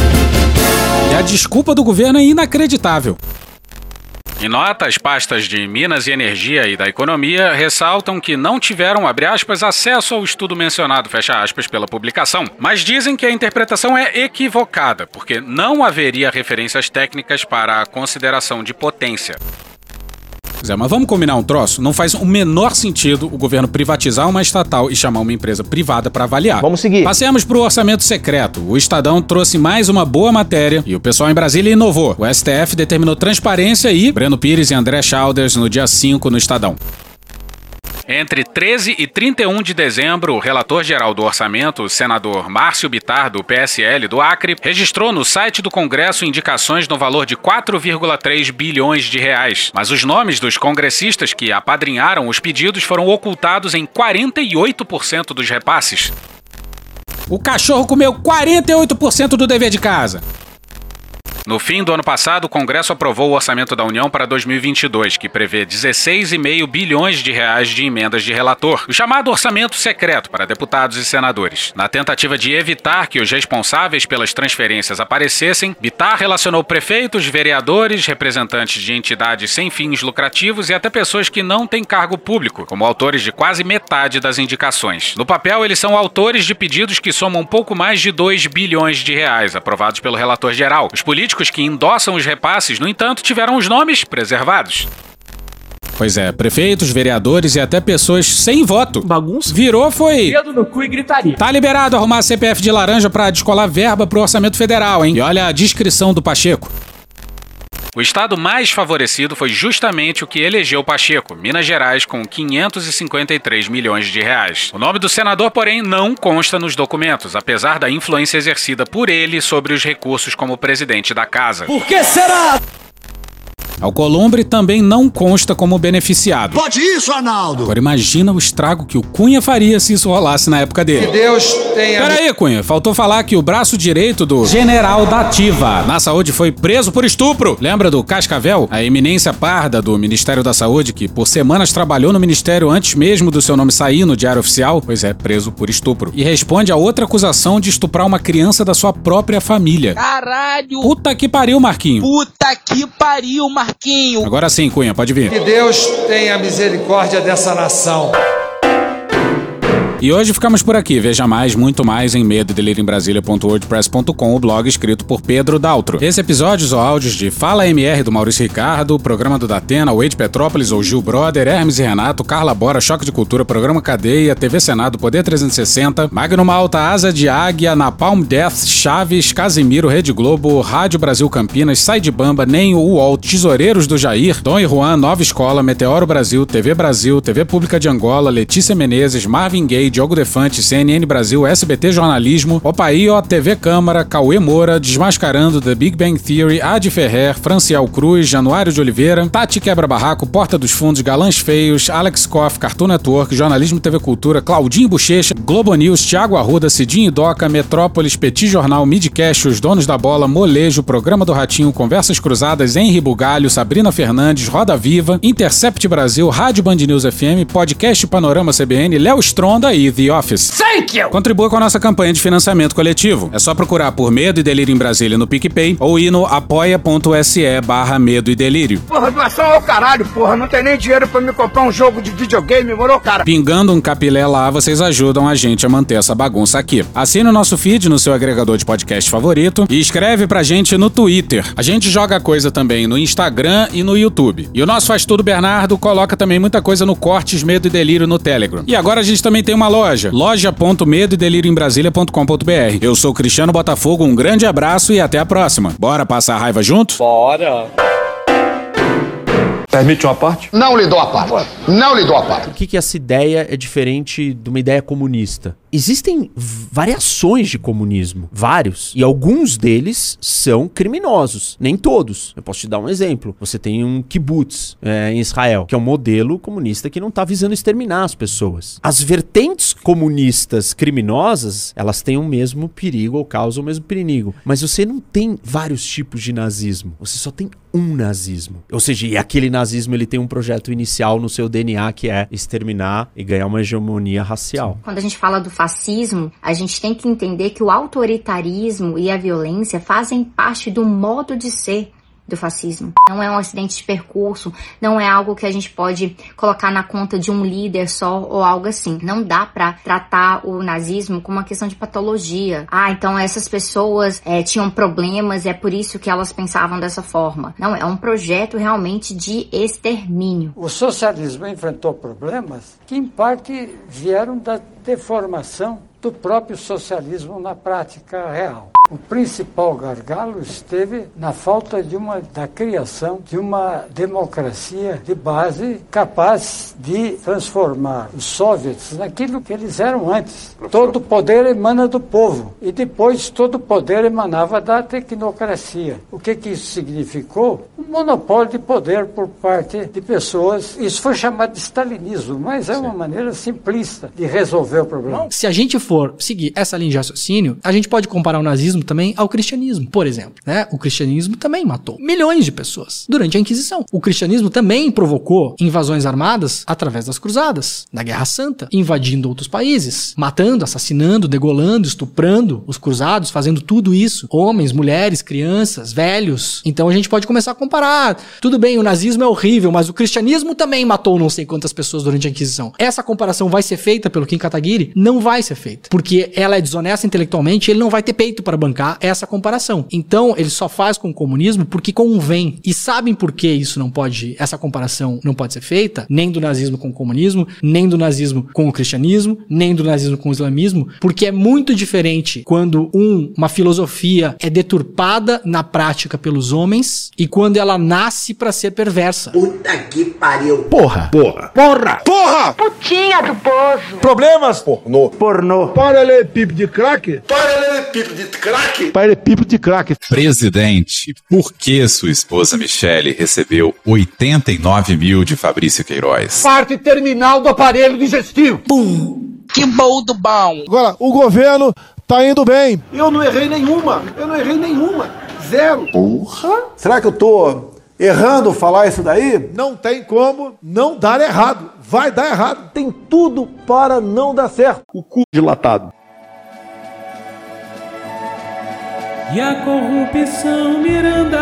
S3: E a desculpa do governo é inacreditável. Em nota, as pastas de Minas e Energia e da Economia ressaltam que não tiveram, abre aspas, acesso ao estudo mencionado, fecha aspas, pela publicação, mas dizem que a interpretação é equivocada, porque não haveria referências técnicas para a consideração de potência. Zé, mas vamos combinar um troço? Não faz o menor sentido o governo privatizar uma estatal e chamar uma empresa privada para avaliar.
S2: Vamos seguir.
S3: Passemos pro orçamento secreto. O Estadão trouxe mais uma boa matéria e o pessoal em Brasília inovou. O S T F determinou transparência e Breno Pires e André Chalders no dia cinco no Estadão. Entre treze e trinta e um de dezembro, o relator-geral do orçamento, o senador Márcio Bittar, do P S L do Acre, registrou no site do Congresso indicações no valor de quatro vírgula três bilhões de reais. Mas os nomes dos congressistas que apadrinharam os pedidos foram ocultados em quarenta e oito por cento dos repasses. O cachorro comeu quarenta e oito por cento do dever de casa. No fim do ano passado, o Congresso aprovou o Orçamento da União para dois mil e vinte e dois, que prevê dezesseis vírgula cinco bilhões de reais de emendas de relator, o chamado orçamento secreto para deputados e senadores. Na tentativa de evitar que os responsáveis pelas transferências aparecessem, Bittar relacionou prefeitos, vereadores, representantes de entidades sem fins lucrativos e até pessoas que não têm cargo público, como autores de quase metade das indicações. No papel, eles são autores de pedidos que somam pouco mais de dois bilhões de reais, aprovados pelo relator geral. Os políticos que endossam os repasses, no entanto, tiveram os nomes preservados. Pois é, prefeitos, vereadores e até pessoas sem voto. Bagunça. Virou, foi...
S28: Dedo no cu e gritaria.
S3: Tá liberado arrumar C P F de laranja pra descolar verba pro orçamento federal, hein? E olha a descrição do Pacheco. O estado mais favorecido foi justamente o que elegeu Pacheco, Minas Gerais, com quinhentos e cinquenta e três milhões de reais. O nome do senador, porém, não consta nos documentos, apesar da influência exercida por ele sobre os recursos como presidente da casa.
S7: Por que será?
S3: Alcolumbre também não consta como beneficiado.
S7: Pode isso, Arnaldo!
S3: Agora imagina o estrago que o Cunha faria se isso rolasse na época dele.
S5: Que Deus tenha...
S3: Peraí, Cunha, faltou falar que o braço direito do general da ativa na saúde foi preso por estupro. Lembra do Cascavel? A eminência parda do Ministério da Saúde, que por semanas trabalhou no Ministério antes mesmo do seu nome sair no Diário Oficial? Pois é, preso por estupro. E responde a outra acusação de estuprar uma criança da sua própria família.
S28: Caralho!
S3: Puta que pariu, Marquinho.
S28: Puta que pariu, Marquinho.
S3: Agora sim, Cunha, pode vir.
S5: Que Deus tenha misericórdia dessa nação.
S3: E hoje ficamos por aqui. Veja mais, muito mais em medo delírio em brasília ponto wordpress ponto com, o blog escrito por Pedro Daltro. Esse episódio ou áudios de Fala M R do Maurício Ricardo, Programa do Datena, Wade Petrópolis ou Gil Brother, Hermes e Renato, Carla Bora, Choque de Cultura, Programa Cadeia, T V Senado, Poder trezentos e sessenta, Magno Malta, Asa de Águia, Napalm Death, Chaves, Casimiro, Rede Globo, Rádio Brasil Campinas, Sai de Bamba, Nem o U O L, Tesoureiros do Jair, Dom e Juan, Nova Escola, Meteoro Brasil, T V Brasil, T V Pública de Angola, Letícia Menezes, Marvin Gaye, Diogo Defante, C N N Brasil, S B T Jornalismo, Opaío, T V Câmara, Cauê Moura, Desmascarando, The Big Bang Theory, Adi Ferrer, Franciel Cruz, Januário de Oliveira, Tati Quebra Barraco, Porta dos Fundos, Galãs Feios, Alex Koff, Cartoon Network, Jornalismo T V Cultura, Claudinho Bochecha, Globo News, Thiago Arruda, Cidinho Doca, Metrópolis, Petit Jornal, Midcast, Os Donos da Bola, Molejo, Programa do Ratinho, Conversas Cruzadas, Henri Bugalho, Sabrina Fernandes, Roda Viva, Intercept Brasil, Rádio Band News F M, Podcast Panorama C B N, Léo Stronda e The Office.
S28: Thank you!
S3: Contribua com a nossa campanha de financiamento coletivo. É só procurar por Medo e Delírio em Brasília no PicPay ou ir no apoia.se barra Medo e Delírio.
S28: Porra, doação ao caralho, porra. Não tem nem dinheiro pra me comprar um jogo de videogame, moro, cara?
S3: Pingando um capilé lá, vocês ajudam a gente a manter essa bagunça aqui. Assine o nosso feed no seu agregador de podcast favorito e escreve pra gente no Twitter. A gente joga coisa também no Instagram e no YouTube. E o nosso Faz Tudo Bernardo coloca também muita coisa no Cortes Medo e Delírio no Telegram. E agora a gente também tem uma loja. Loja ponto medo e delírio em brasília ponto com ponto br. Eu sou Cristiano Botafogo, um grande abraço e até a próxima. Bora passar a raiva junto?
S28: Bora!
S5: Permite uma parte?
S7: Não lhe dou a parte. Não lhe dou a parte.
S9: Por que que essa ideia é diferente de uma ideia comunista? Existem variações de comunismo, vários, e alguns deles são criminosos, nem todos. Eu posso te dar um exemplo. Você tem um kibbutz é, em Israel, que é um modelo comunista que não está visando exterminar as pessoas. As vertentes comunistas criminosas, elas têm o mesmo perigo ou causam o mesmo perigo. Mas você não tem vários tipos de nazismo. Você só tem um nazismo. Ou seja, e aquele nazismo ele tem um projeto inicial no seu D N A que é exterminar e ganhar uma hegemonia racial.
S10: Quando a gente fala do fascismo, a gente tem que entender que o autoritarismo e a violência fazem parte do modo de ser do fascismo. Não é um acidente de percurso, não é algo que a gente pode colocar na conta de um líder só ou algo assim. Não dá pra tratar o nazismo como uma questão de patologia. Ah, então essas pessoas é, tinham problemas e é por isso que elas pensavam dessa forma. Não, é um projeto realmente de extermínio.
S12: O socialismo enfrentou problemas que em parte vieram da deformação do próprio socialismo na prática real. O principal gargalo esteve na falta de uma, da criação de uma democracia de base capaz de transformar os soviets naquilo que eles eram antes. Todo o poder emana do povo e depois todo o poder emanava da tecnocracia. O que que isso significou? Um monopólio de poder por parte de pessoas. Isso foi chamado de stalinismo, mas é uma maneira simplista de resolver o problema.
S1: Se a gente for seguir essa linha de raciocínio, a gente pode comparar o nazismo também ao cristianismo, por exemplo, né? O cristianismo também matou milhões de pessoas durante a Inquisição. O cristianismo também provocou invasões armadas através das cruzadas, da Guerra Santa, invadindo outros países, matando, assassinando, degolando, estuprando os cruzados, fazendo tudo isso. Homens, mulheres, crianças, velhos. Então a gente pode começar a comparar. Tudo bem, o nazismo é horrível, mas o cristianismo também matou não sei quantas pessoas durante a Inquisição. Essa comparação vai ser feita pelo Kim Kataguiri? Não vai ser feita, porque ela é desonesta intelectualmente e ele não vai ter peito para bancar essa comparação. Então ele só faz com o comunismo porque convém. E sabem por que isso não pode, essa comparação não pode ser feita? Nem do nazismo com o comunismo, nem do nazismo com o cristianismo, nem do nazismo com o islamismo, porque é muito diferente quando um, uma filosofia é deturpada na prática pelos homens e quando ela nasce pra ser perversa.
S11: Puta que pariu.
S7: Porra. Porra. Porra. Porra.
S17: Putinha do poço.
S7: Problemas? Pornô. Pornô.
S28: Paralelepípedo de crack?
S7: Paralelepípedo de crack? Paralelepípedo de crack.
S13: Presidente, por que sua esposa Michele recebeu oitenta e nove mil de Fabrício Queiroz?
S28: Parte terminal do aparelho digestivo.
S17: Pum. Que bom do bom.
S16: Agora, o governo tá indo bem.
S28: Eu não errei nenhuma. Eu não errei nenhuma. Zero.
S7: Porra.
S28: Será que eu tô errando falar isso daí?
S16: Não tem como não dar errado. Vai dar errado.
S28: Tem tudo para não dar certo.
S7: O cu dilatado.
S8: E a corrupção, Miranda,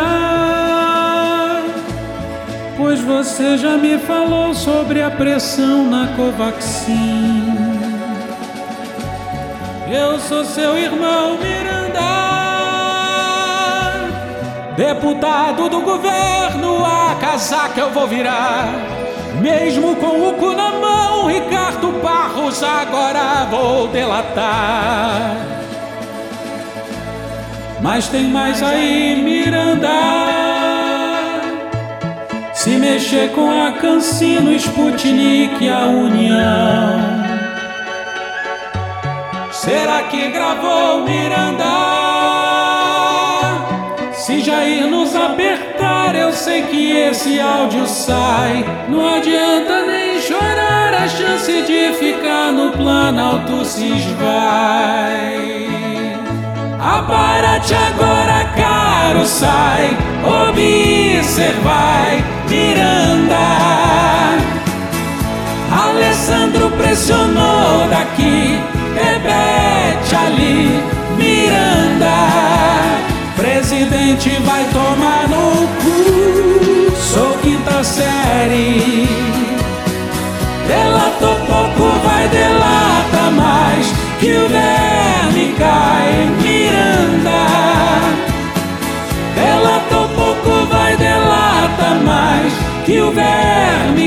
S8: pois você já me falou sobre a pressão na Covaxin. Eu sou seu irmão, Miranda, deputado do governo, a casaca eu vou virar. Mesmo com o cu na mão, Ricardo Barros, agora vou delatar. Mas tem mais aí, Miranda. Se mexer com a Cancino, Sputnik e a União. Será que gravou, Miranda? Se Jair nos apertar, eu sei que esse áudio sai. Não adianta nem chorar, a chance de ficar no Planalto se esvai. Aparate agora, caro, sai. Observai, Miranda. Alessandro pressionou daqui, Tebete ali, Miranda. Presidente vai tomar no cu, sou quinta série. Delatou pouco, vai delata mais, que o verme cai, Miranda. Delatou pouco, vai delata mais, que o verme